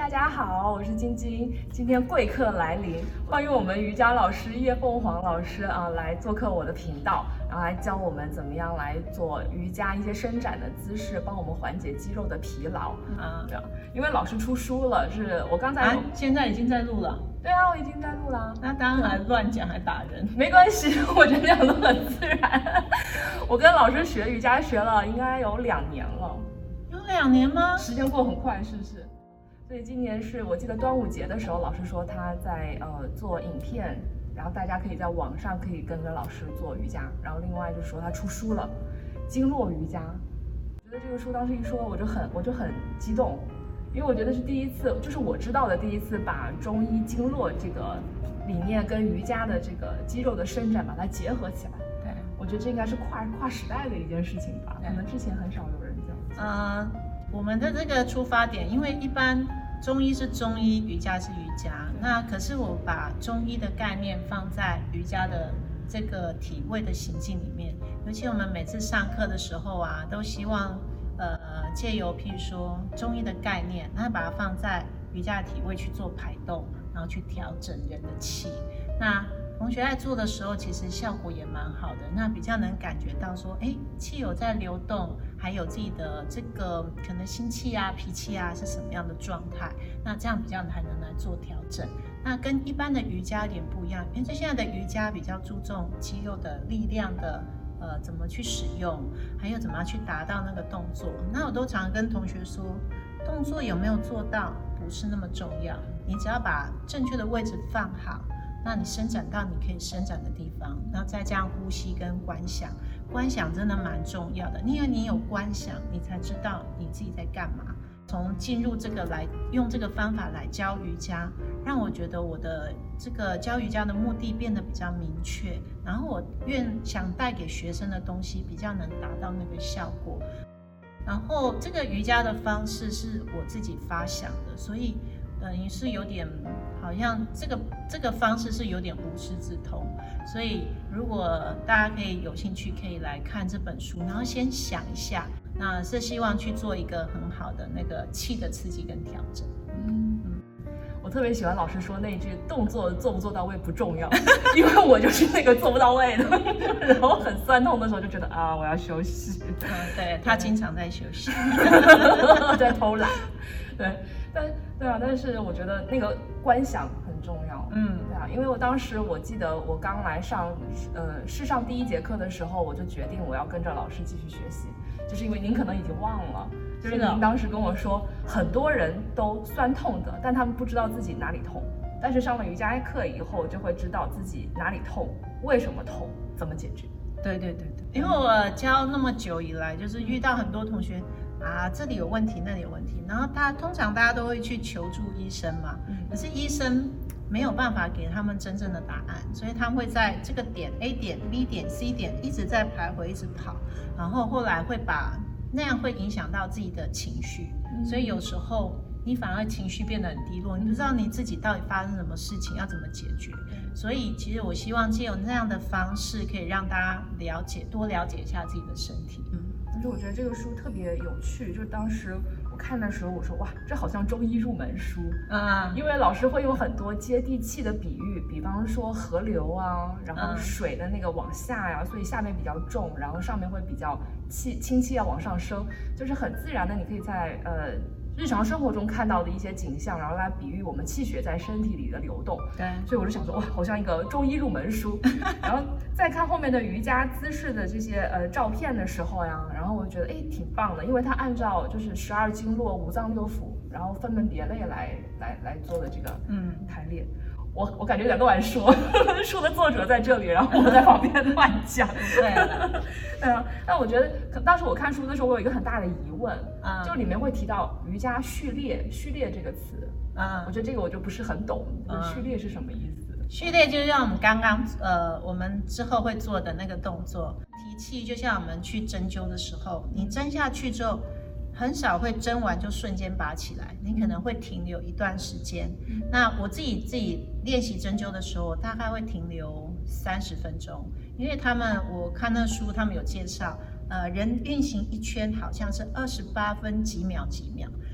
家好，我是晶晶。今天贵客来临，欢迎我们瑜伽老师叶凤凰老师来做客我的频道，然后来教我们怎么样来做瑜伽一些伸展的姿势，帮我们缓解肌肉的疲劳。对，因为老师出书了，是我刚才现在已经在录了。 对啊，我已经在录了。 那当然还乱讲还打人， 没关系，我觉得这样都很自然。我跟老师学瑜伽学了应该有2年了。 有2年吗？ 时间过很快，是不是？所以今年是我记得端午节的时候，老师说他在做影片，然后大家可以在网上可以跟着老师做瑜伽。然后另外就是说他出书了，经络瑜伽。我觉得这个书当时一说，我就很激动，因为我觉得是第一次，就是我知道的第一次把中医经络这个理念跟瑜伽的这个肌肉的伸展把它结合起来。 对， 我觉得这应该是跨时代的一件事情吧，可能之前很少有人这样做。 我们的这个出发点，因为一般中医是中医，瑜伽是瑜伽，那可是我把中医的概念放在瑜伽的这个体位的行进里面，尤其我们每次上课的时候都希望借由譬如说中医的概念，那把它放在瑜伽的体位去做排动，然后去调整人的气。那同学在做的时候，其实效果也蛮好的，那比较能感觉到说，气有在流动，还有自己的这个可能心气脾气是什么样的状态，那这样比较还能来做调整。那跟一般的瑜伽有点不一样，因为现在的瑜伽比较注重肌肉的力量的怎么去使用，还有怎么样去达到那个动作。那我都常跟同学说，动作有没有做到不是那么重要，你只要把正确的位置放好，那你伸展到你可以伸展的地方，然后再加上呼吸跟观想，观想真的蛮重要的，因为你有观想，你才知道你自己在干嘛。从进入这个来用这个方法来教瑜伽，让我觉得我的这个教瑜伽的目的变得比较明确，然后我想带给学生的东西比较能达到那个效果。然后这个瑜伽的方式是我自己发想的，所以等于是有点好像这个方式是有点无师自通，所以如果大家可以有兴趣，可以来看这本书，然后先想一下，那是希望去做一个很好的那个气的刺激跟调整。 我特别喜欢老师说那一句，动作做不做到位不重要，因为我就是那个做不到位的，然后很酸痛的时候就觉得我要休息。 对，他经常在休息， 在偷懒。但是我觉得那个观想很重要。因为我当时我记得我刚来上试上第1节课的时候，我就决定我要跟着老师继续学习，就是因为您可能已经忘了，就是您当时跟我说很多人都酸痛的，但他们不知道自己哪里痛，但是上了瑜伽课以后就会知道自己哪里痛，为什么痛，怎么解决。 对，因为我教那么久以来，就是遇到很多同学这里有问题那里有问题，然后通常大家都会去求助医生嘛，可是医生没有办法给他们真正的答案，所以他们会在这个点 A 点 B 点 C 点一直在徘徊一直跑，然后后来那样会影响到自己的情绪，所以有时候你反而情绪变得很低落，你不知道你自己到底发生什么事情，要怎么解决。所以其实我希望借由那样的方式，可以让大家多了解一下自己的身体。 但是我觉得这个书特别有趣，就是当时我看的时候，我说哇，这好像中医入门书因为老师会用很多接地气的比喻，比方说河流然后水的那个往下所以下面比较重，然后上面会比较氢气要往上升，就是很自然的，你可以在日常生活中看到的一些景象，然后来比喻我们气血在身体里的流动。 对， 所以我就想说，哇，好像一个中医入门书。然后再看后面的瑜伽姿势的这些照片的时候然后我就觉得挺棒的，因为它按照就是12经络、5脏6腑，然后分门别类来做的这个排列。我感觉有点乱说，书的作者在这里，然后我在旁边乱讲。但我觉得当时我看书的时候，我有一个很大的疑问就里面会提到瑜伽序列这个词我觉得这个我就不是很懂，序列是什么意思？ 序列就是像我们刚刚我们之后会做的那个动作，提气就像我们去针灸的时候，你针下去之后很少会针完就瞬间拔起来，你可能会停留一段时间。那我自己练习针灸的时候，我大概会停留30分钟，因为我看那书他们有介绍，人运行一圈好像是28分几秒几秒，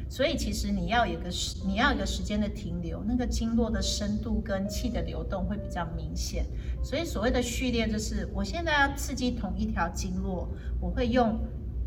所以其实你要有一个时间的停留，那个经络的深度跟气的流动会比较明显。所以所谓的序列就是我现在要刺激同一条经络，我会用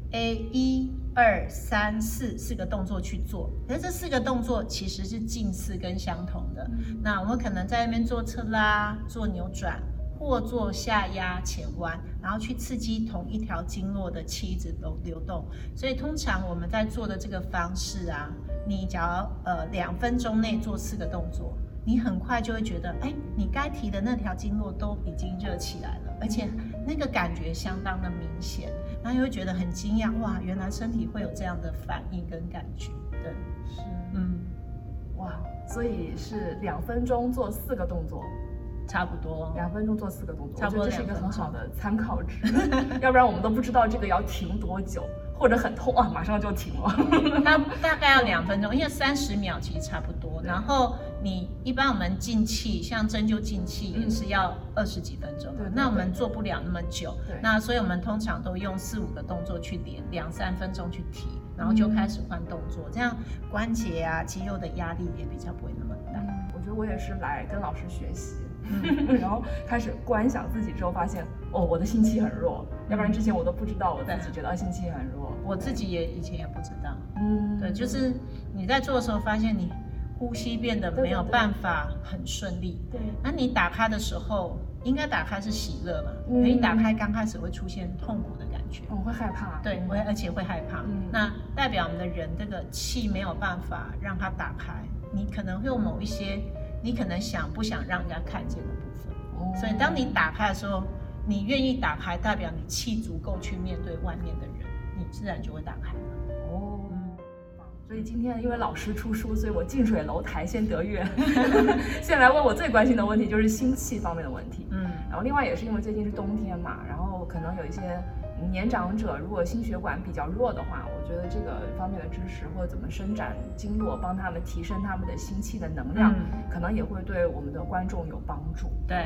1、2、3、4四个动作去做，可是这4个动作其实是近似跟相同的。那我们可能在那边做侧拉、做扭转，或做下压、前弯，然后去刺激同一条经络的气一直流动。所以通常我们在做的这个方式啊，你只要2分钟内做4个动作，你很快就会觉得，哎，你该提的那条经络都已经热起来了，而且那个感觉相当的明显，然后你会觉得很惊讶，哇，原来身体会有这样的反应跟感觉。对， 是，哇，所以是2分钟做4个动作。 差不多 2分钟做4个动作， 差不多我觉得这是一个很好的参考值，要不然我们都不知道这个要停多久，或者很痛啊，马上就停了。 它大概要2分钟，因为30秒其实差不多。然后你一般我们进气，像针灸进气也是要20几分钟，那我们做不了那么久，那所以我们通常都用4、5个动作去连，2、3分钟去提，然后就开始换动作，这样关节啊、肌肉的压力也比较不会那么大。 我觉得我也是来跟老师学习。然后开始观想自己之后，发现我的心气很弱，要不然之前我都不知道我自己觉得心气很弱。 我自己以前也不知道，对，就是你在做的时候发现你呼吸变得没有办法很顺利， 对， 那你打开的时候应该打开是喜乐嘛，可一打开刚开始会出现痛苦的感觉， 我会害怕， 对，而且会害怕，那代表我们的人这个气没有办法让它打开，你可能会有某一些。你可能不想让人家看见的部分，所以当你打开的时候，你愿意打开，代表你气足够去面对外面的人，你自然就会打开了。 所以今天因为老师出书，所以我近水楼台先得月。先来问我最关心的问题，就是心气方面的问题。然后另外也是因为最近是冬天嘛，然后可能有一些年长者如果心血管比较弱的话，我觉得这个方面的知识或者怎么伸展经络，帮他们提升他们的心气的能量，可能也会对我们的观众有帮助。 对。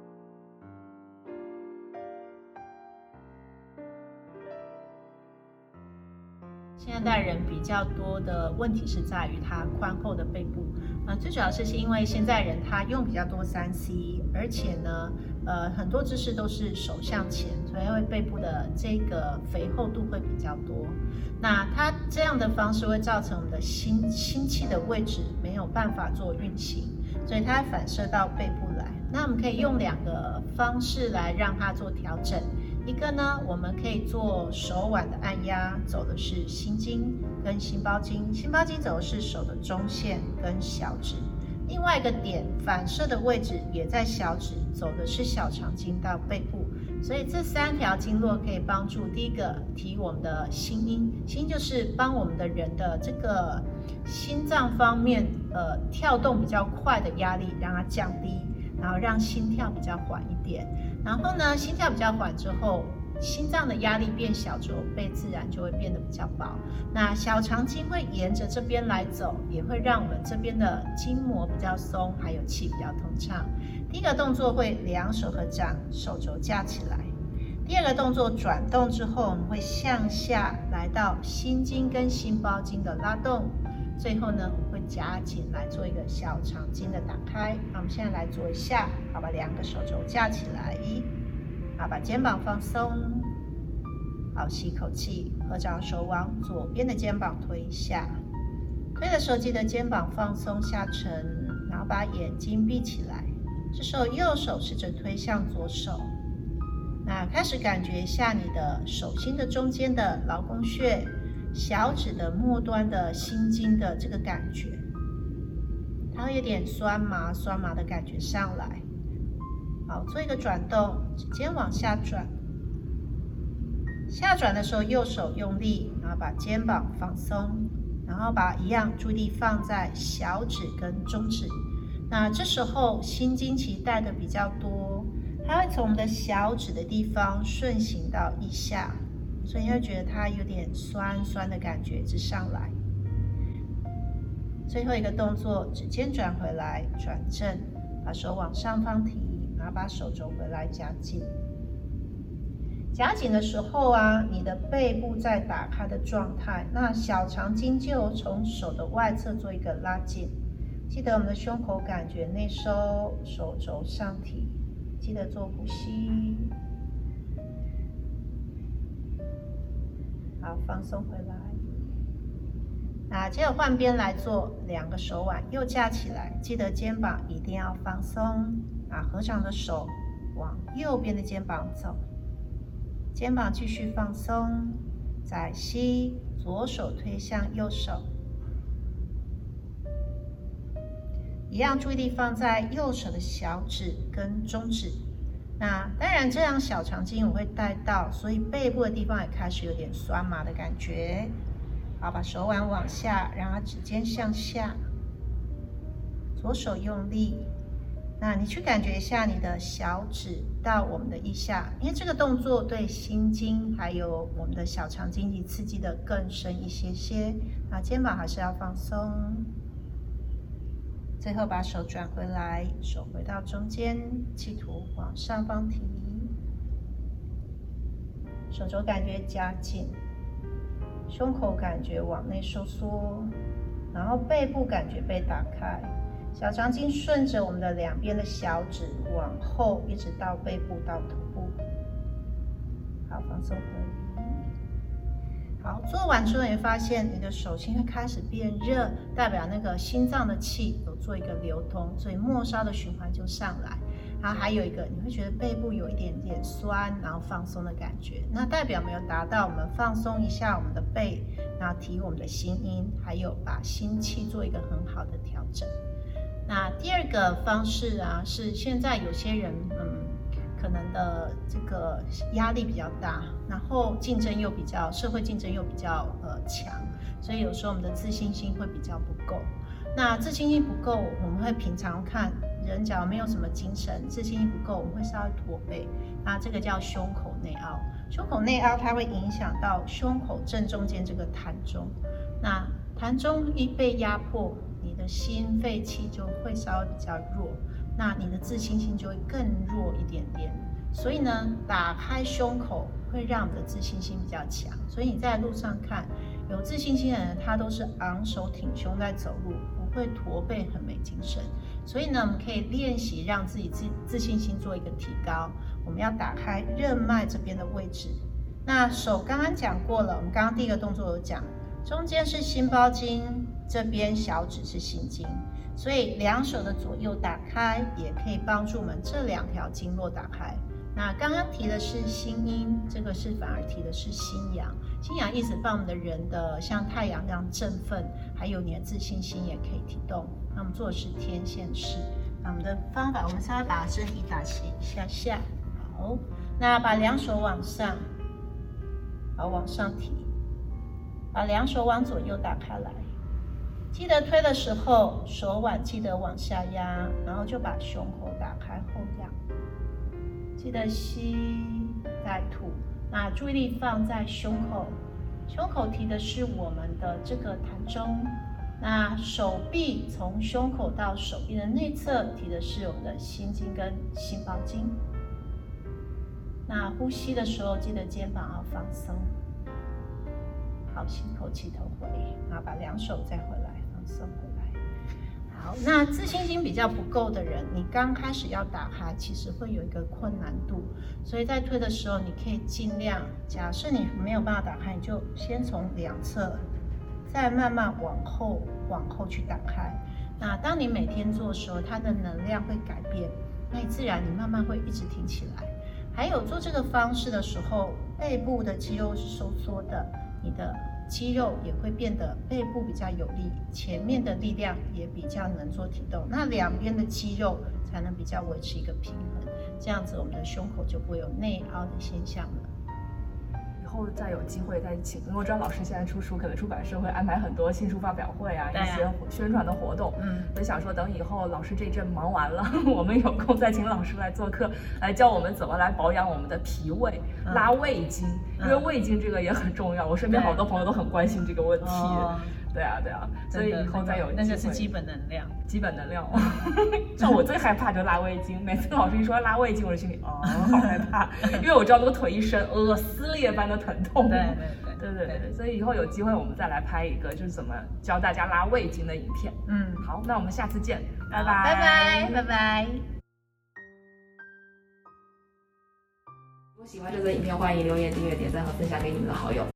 现代人比较多的问题是在于他宽厚的背部，最主要是因为现在人他用比较多3C， 而且呢，很多姿势都是手向前，所以会背部的这个肥厚度会比较多。那他这样的方式会造成我们的心气的位置没有办法做运行，所以它反射到背部来。那我们可以用2个方式来让它做调整。一个呢，我们可以做手腕的按压，走的是心经跟心包经，心包经走的是手的中线跟小指。另外一个点反射的位置也在小指，走的是小肠经到背部。所以这3条经络可以帮助第一个提我们的心音，心就是帮我们的人的这个心脏方面跳动比较快的压力让它降低，然后让心跳比较缓一点。然后呢，心跳比较缓之后，心脏的压力变小之后，背自然就会变得比较薄。那小肠经会沿着这边来走，也会让我们这边的筋膜比较松，还有气比较通畅。第一个动作会2手合掌，手肘架起来。第二个动作转动之后，我们会向下来到心经跟心包经的拉动。最后呢，我们会夹紧来做一个小肠经的打开。那我们现在来做一下，好，把2个手肘架起来，好，把肩膀放松，好，吸口气，合掌手往左边的肩膀推一下，推的时候记得肩膀放松下沉，然后把眼睛闭起来。这时候右手试着推向左手，那开始感觉一下你的手心的中间的劳宫穴。小指的末端的心经的这个感觉，它会有点酸麻的感觉上来。好，做一个转动，指尖往下转。下转的时候，右手用力，然后把肩膀放松，然后把一样注意力放在小指跟中指。那这时候心经其实带的比较多，它会从我们的小指的地方顺行到腋下。所以你会觉得它有点酸酸的感觉一直上来。最后一个动作，指尖转回来，转正，把手往上方提，然后把手肘回来夹紧。 夹紧的时候啊，你的背部在打开的状态，那小肠经就从手的外侧做一个拉紧。记得我们的胸口感觉内收，手肘上提，记得做呼吸。好，放松回来。那接着换边来做2个手腕，右架起来，记得肩膀一定要放松。合掌的手往右边的肩膀走，肩膀继续放松。再吸，左手推向右手，一样注意力放在右手的小指跟中指。那当然，这样小肠经我会带到，所以背部的地方也开始有点酸麻的感觉。好，把手腕往下，让它指尖向下，左手用力。那你去感觉一下你的小指到我们的腋下，因为这个动作对心经还有我们的小肠经济刺激的更深一些些。那肩膀还是要放松。最后把手转回来，手回到中间，企图往上方提，手肘感觉夹紧，胸口感觉往内收缩，然后背部感觉被打开，小肠经顺着我们的2边的小指往后，一直到背部到头部。好，放松回来。好，做完之后你会发现你的手心会开始变热，代表那个心脏的气有做一个流通，所以末梢的循环就上来。然后还有一个，你会觉得背部有一点点酸，然后放松的感觉，那代表没有达到我们放松一下我们的背，然后提我们的心音，还有把心气做一个很好的调整。那第2个方式啊，是现在有些人可能的这个压力比较大，然后社会竞争又比较强，所以有时候我们的自信心会比较不够。那自信心不够，我们会平常看人假如没有什么精神，自信心不够，我们会稍微驼背，那这个叫胸口内凹。胸口内凹它会影响到胸口正中间这个膻中，那膻中一被压迫，你的心肺气就会稍微比较弱，那你的自信心就会更弱一点点。所以呢，打开胸口会让你的自信心比较强。所以你在路上看有自信心的人，他都是昂首挺胸在走路，不会驼背，很没精神。所以呢，我们可以练习让自己自信心做一个提高。我们要打开任脉这边的位置。那手刚刚讲过了，我们刚刚第1个动作有讲，中间是心包经，这边小指是心经。所以2手的左右打开，也可以帮助我们这2条经络打开。那刚刚提的是心阴，这个是反而提的是心阳。心阳意思把我们的人的像太阳这样振奋，还有你的自信心也可以提动。那我们做的是天线式。那我们的方法，我们稍微把身体打斜向下。好，那把2手往上，好，往上提，把2手往左右打开来。记得推的时候，手腕记得往下压，然后就把胸口打开后仰。记得吸，再吐。那注意力放在胸口，胸口提的是我们的这个膻中。那手臂从胸口到手臂的内侧提的是我们的心经跟心包经。那呼吸的时候，记得肩膀要放松。好，吸口气头回，然后把2手再回来，放松回来。好，那自信心比较不够的人，你刚开始要打开，其实会有一个困难度，所以在推的时候，你可以尽量，假设你没有办法打开，你就先从2侧，再慢慢往后去打开。那当你每天做的时候，它的能量会改变，那自然你慢慢会一直挺起来。还有做这个方式的时候，背部的肌肉是收缩的，你的肌肉也会变得背部比较有力，前面的力量也比较能做提动，那2边的肌肉才能比较维持一个平衡，这样子我们的胸口就不会有内凹的现象了。 以后再有机会再请，因为我知道老师现在出书，可能出版社会安排很多新书发表会啊，一些宣传的活动。我想说，等以后老师这阵忙完了，我们有空再请老师来做客，来教我们怎么来保养我们的脾胃，拉胃经，因为胃经这个也很重要。我身边好多朋友都很关心这个问题。 对啊，对啊，所以以后再有那个是基本能量， 基本能量。像我最害怕就拉胃经，每次老师一说拉胃经，我就心里好害怕，因为我知道那个腿一伸，撕裂般的疼痛。对，所以以后有机会我们再来拍一个就是怎么教大家拉胃经的影片。好，那我们下次见，拜拜。如果喜欢这则影片，欢迎留言、订阅、点赞和分享给你们的好友。